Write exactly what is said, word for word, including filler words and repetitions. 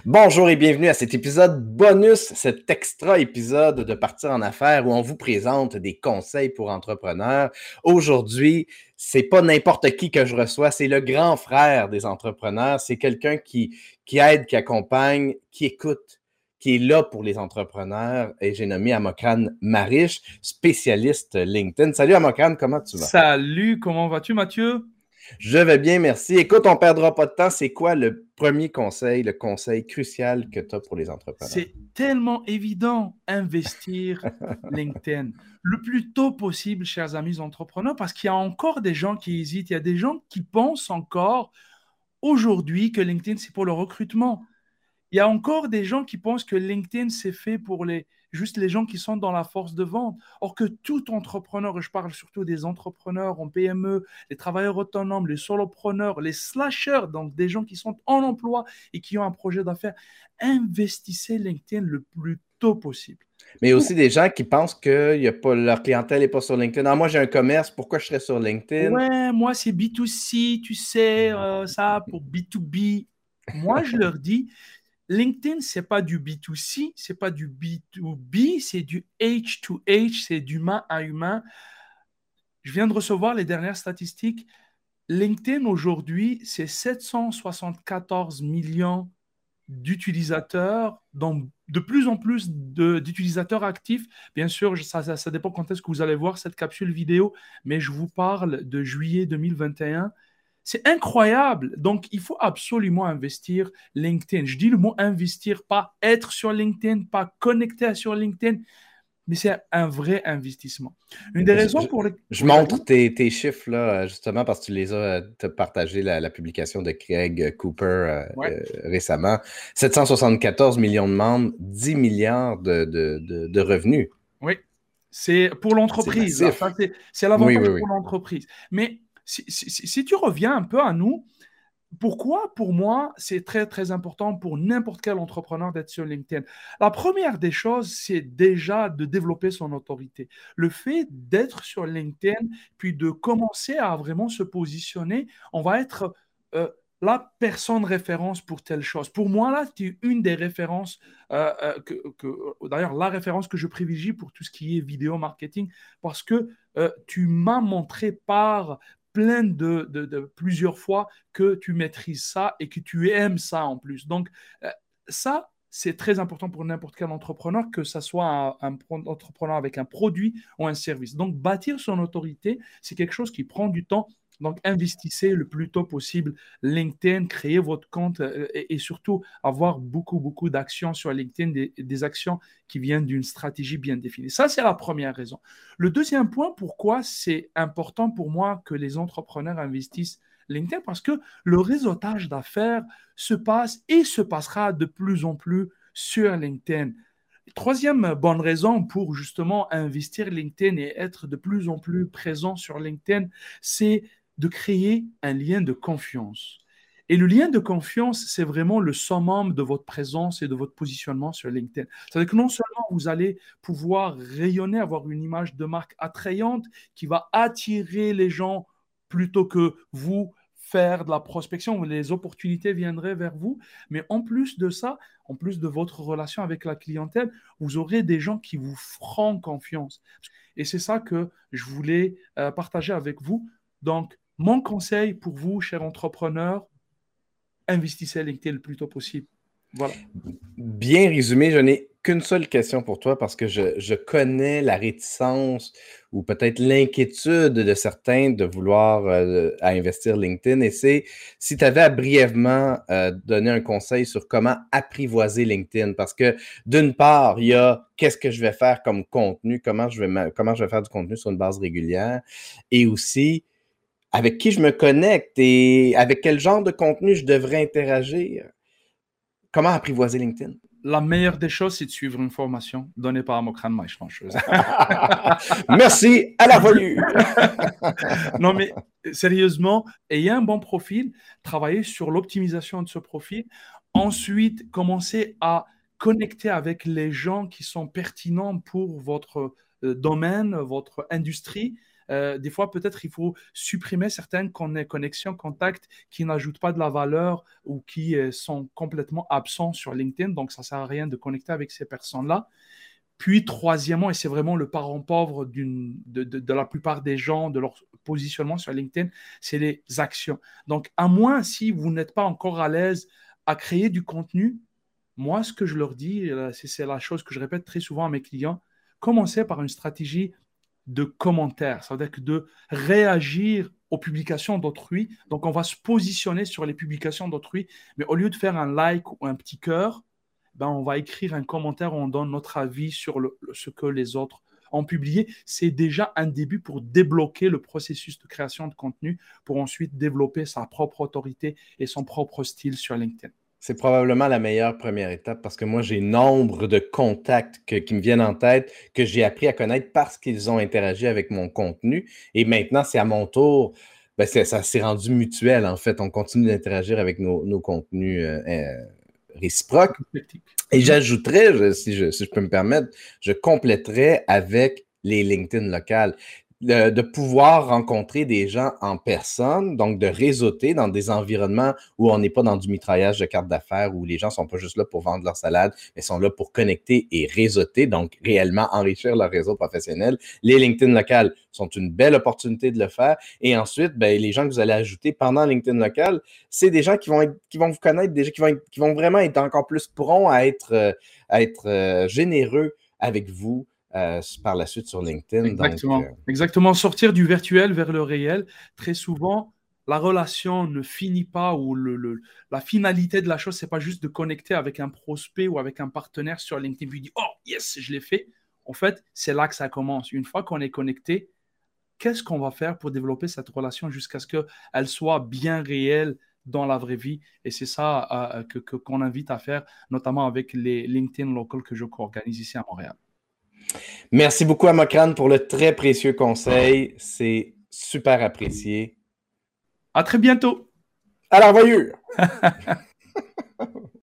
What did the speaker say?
Bonjour et bienvenue à cet épisode bonus, cet extra épisode de Partir en affaires où on vous présente des conseils pour entrepreneurs. Aujourd'hui, c'est pas n'importe qui que je reçois, c'est le grand frère des entrepreneurs. C'est quelqu'un qui, qui aide, qui accompagne, qui écoute, qui est là pour les entrepreneurs. Et j'ai nommé Amokran Mariche, spécialiste LinkedIn. Salut Amokran, comment tu vas? Salut, comment vas-tu, Mathieu? Je vais bien, merci. Écoute, on ne perdra pas de temps. C'est quoi le premier conseil, le conseil crucial que tu as pour les entrepreneurs? C'est tellement évident, investir LinkedIn le plus tôt possible, chers amis entrepreneurs, parce qu'il y a encore des gens qui hésitent. Il y a des gens qui pensent encore aujourd'hui que LinkedIn, c'est pour le recrutement. Il y a encore des gens qui pensent que LinkedIn, c'est fait pour les, juste les gens qui sont dans la force de vente. Or que tout entrepreneur, et je parle surtout des entrepreneurs en P M E, les travailleurs autonomes, les solopreneurs, les slashers, donc des gens qui sont en emploi et qui ont un projet d'affaires, investissez LinkedIn le plus tôt possible. Mais aussi des gens qui pensent que y a pas, leur clientèle n'est pas sur LinkedIn. Ah, moi, j'ai un commerce, pourquoi je serais sur LinkedIn? Ouais, moi, c'est B deux C, tu sais, euh, ça, pour B deux B. Moi, je leur dis, LinkedIn, c'est pas du B deux C, c'est pas du B deux B, c'est du H deux H, c'est d'humain à humain. Je viens de recevoir les dernières statistiques. LinkedIn aujourd'hui, c'est sept cent soixante-quatorze millions d'utilisateurs, donc de plus en plus de- d'utilisateurs actifs. Bien sûr, ça, ça, ça dépend quand est-ce que vous allez voir cette capsule vidéo, mais je vous parle de juillet deux mille vingt et un. C'est incroyable. Donc, il faut absolument investir LinkedIn. Je dis le mot investir, pas être sur LinkedIn, pas connecter sur LinkedIn, mais c'est un vrai investissement. Une des Je, raisons je- pour lesquelles... je Oui, montre vas-y. tes, tes chiffres là, justement parce que tu les as euh, partagé la, la publication de Craig Cooper euh, Ouais. euh, récemment. sept cent soixante-quatorze millions de membres, dix milliards de, de, de, de revenus. Oui, c'est pour C'est l'entreprise, là. Ça, massif. c'est c'est Oui, oui, l'avantage pour oui. l'entreprise. Mais si, si- si- si tu reviens un peu à nous, pourquoi, pour moi, c'est très, très important pour n'importe quel entrepreneur d'être sur LinkedIn? La première des choses, c'est déjà de développer son autorité. Le fait d'être sur LinkedIn, puis de commencer à vraiment se positionner, on va être euh, la personne référence pour telle chose. Pour moi, là, tu es une des références, euh, euh, que, que- d'ailleurs, la référence que je privilégie pour tout ce qui est vidéo marketing, parce que euh, tu m'as montré par plein de, de, de plusieurs fois que tu maîtrises ça et que tu aimes ça en plus. Donc, euh, ça, c'est très important pour n'importe quel entrepreneur, que ce soit un, un entrepreneur avec un produit ou un service. Donc, bâtir son autorité, c'est quelque chose qui prend du temps. Donc, investissez le plus tôt possible LinkedIn, créez votre compte euh, et, et surtout avoir beaucoup, beaucoup d'actions sur LinkedIn, des, des actions qui viennent d'une stratégie bien définie. Ça, c'est la première raison. Le deuxième point, pourquoi c'est important pour moi que les entrepreneurs investissent LinkedIn, parce que le réseautage d'affaires se passe et se passera de plus en plus sur LinkedIn. Troisième bonne raison pour justement investir LinkedIn et être de plus en plus présent sur LinkedIn, c'est de créer un lien de confiance. Et le lien de confiance, c'est vraiment le summum de votre présence et de votre positionnement sur LinkedIn. C'est-à-dire que non seulement vous allez pouvoir rayonner, avoir une image de marque attrayante qui va attirer les gens plutôt que vous faire de la prospection, les opportunités viendraient vers vous, mais en plus de ça, en plus de votre relation avec la clientèle, vous aurez des gens qui vous feront confiance. Et c'est ça que je voulais euh, partager avec vous. Donc, mon conseil pour vous, chers entrepreneurs, investissez à LinkedIn le plus tôt possible. Voilà. Bien résumé, je n'ai qu'une seule question pour toi parce que je, je connais la réticence ou peut-être l'inquiétude de certains de vouloir euh, à investir LinkedIn. Et c'est si tu avais à brièvement euh, donner un conseil sur comment apprivoiser LinkedIn. Parce que d'une part, il y a qu'est-ce que je vais faire comme contenu, comment je vais, comment je vais faire du contenu sur une base régulière et aussi avec qui je me connecte et avec quel genre de contenu je devrais interagir. Comment apprivoiser LinkedIn? La meilleure des choses, c'est de suivre une formation donnée par Mokran Maïchmancheuse. Merci, à la revue. Non, mais sérieusement, ayez un bon profil, travaillez sur l'optimisation de ce profil. Ensuite, commencez à connecter avec les gens qui sont pertinents pour votre euh, domaine, votre industrie. Euh, des fois, peut-être il faut supprimer certaines connexions, contacts qui n'ajoutent pas de la valeur ou qui euh, sont complètement absents sur LinkedIn. Donc, ça ne sert à rien de connecter avec ces personnes-là. Puis, troisièmement, et c'est vraiment le parent pauvre d'une, de, de, de la plupart des gens, de leur positionnement sur LinkedIn, c'est les actions. Donc, à moins si vous n'êtes pas encore à l'aise à créer du contenu, moi, ce que je leur dis, c'est la chose que je répète très souvent à mes clients, commencez par une stratégie de commentaires, ça veut dire que de réagir aux publications d'autrui. Donc, on va se positionner sur les publications d'autrui, mais au lieu de faire un like ou un petit cœur, ben, on va écrire un commentaire où on donne notre avis sur le, ce que les autres ont publié. C'est déjà un début pour débloquer le processus de création de contenu pour ensuite développer sa propre autorité et son propre style sur LinkedIn. C'est probablement la meilleure première étape parce que moi, j'ai nombre de contacts que, qui me viennent en tête que j'ai appris à connaître parce qu'ils ont interagi avec mon contenu. Et maintenant, c'est à mon tour. Ben, ça s'est rendu mutuel, en fait. On continue d'interagir avec nos, nos contenus euh, euh, réciproques. Et j'ajouterais, si je, si je peux me permettre, je compléterais avec les LinkedIn locales. De, de pouvoir rencontrer des gens en personne, donc de réseauter dans des environnements où on n'est pas dans du mitraillage de cartes d'affaires, où les gens sont pas juste là pour vendre leur salade, mais sont là pour connecter et réseauter, donc réellement enrichir leur réseau professionnel. Les LinkedIn locales sont une belle opportunité de le faire. Et ensuite, ben, les gens que vous allez ajouter pendant LinkedIn local, c'est des gens qui vont, être, qui vont vous connaître, des gens qui vont, être, qui vont vraiment être encore plus prompts à être, à être euh, généreux avec vous. Euh, par la suite sur LinkedIn. Exactement. Donc, euh... Exactement. Sortir du virtuel vers le réel. Très souvent, la relation ne finit pas ou le, le, la finalité de la chose, c'est pas juste de connecter avec un prospect ou avec un partenaire sur LinkedIn puis dire « Oh, yes, je l'ai fait ». En fait, c'est là que ça commence. Une fois qu'on est connecté, qu'est-ce qu'on va faire pour développer cette relation jusqu'à ce qu'elle soit bien réelle dans la vraie vie? Et c'est ça euh, que, que, qu'on invite à faire, notamment avec les LinkedIn Local que je co-organise ici à Montréal. Merci beaucoup à Mokran pour le très précieux conseil. C'est super apprécié. À très bientôt. À la revoyure!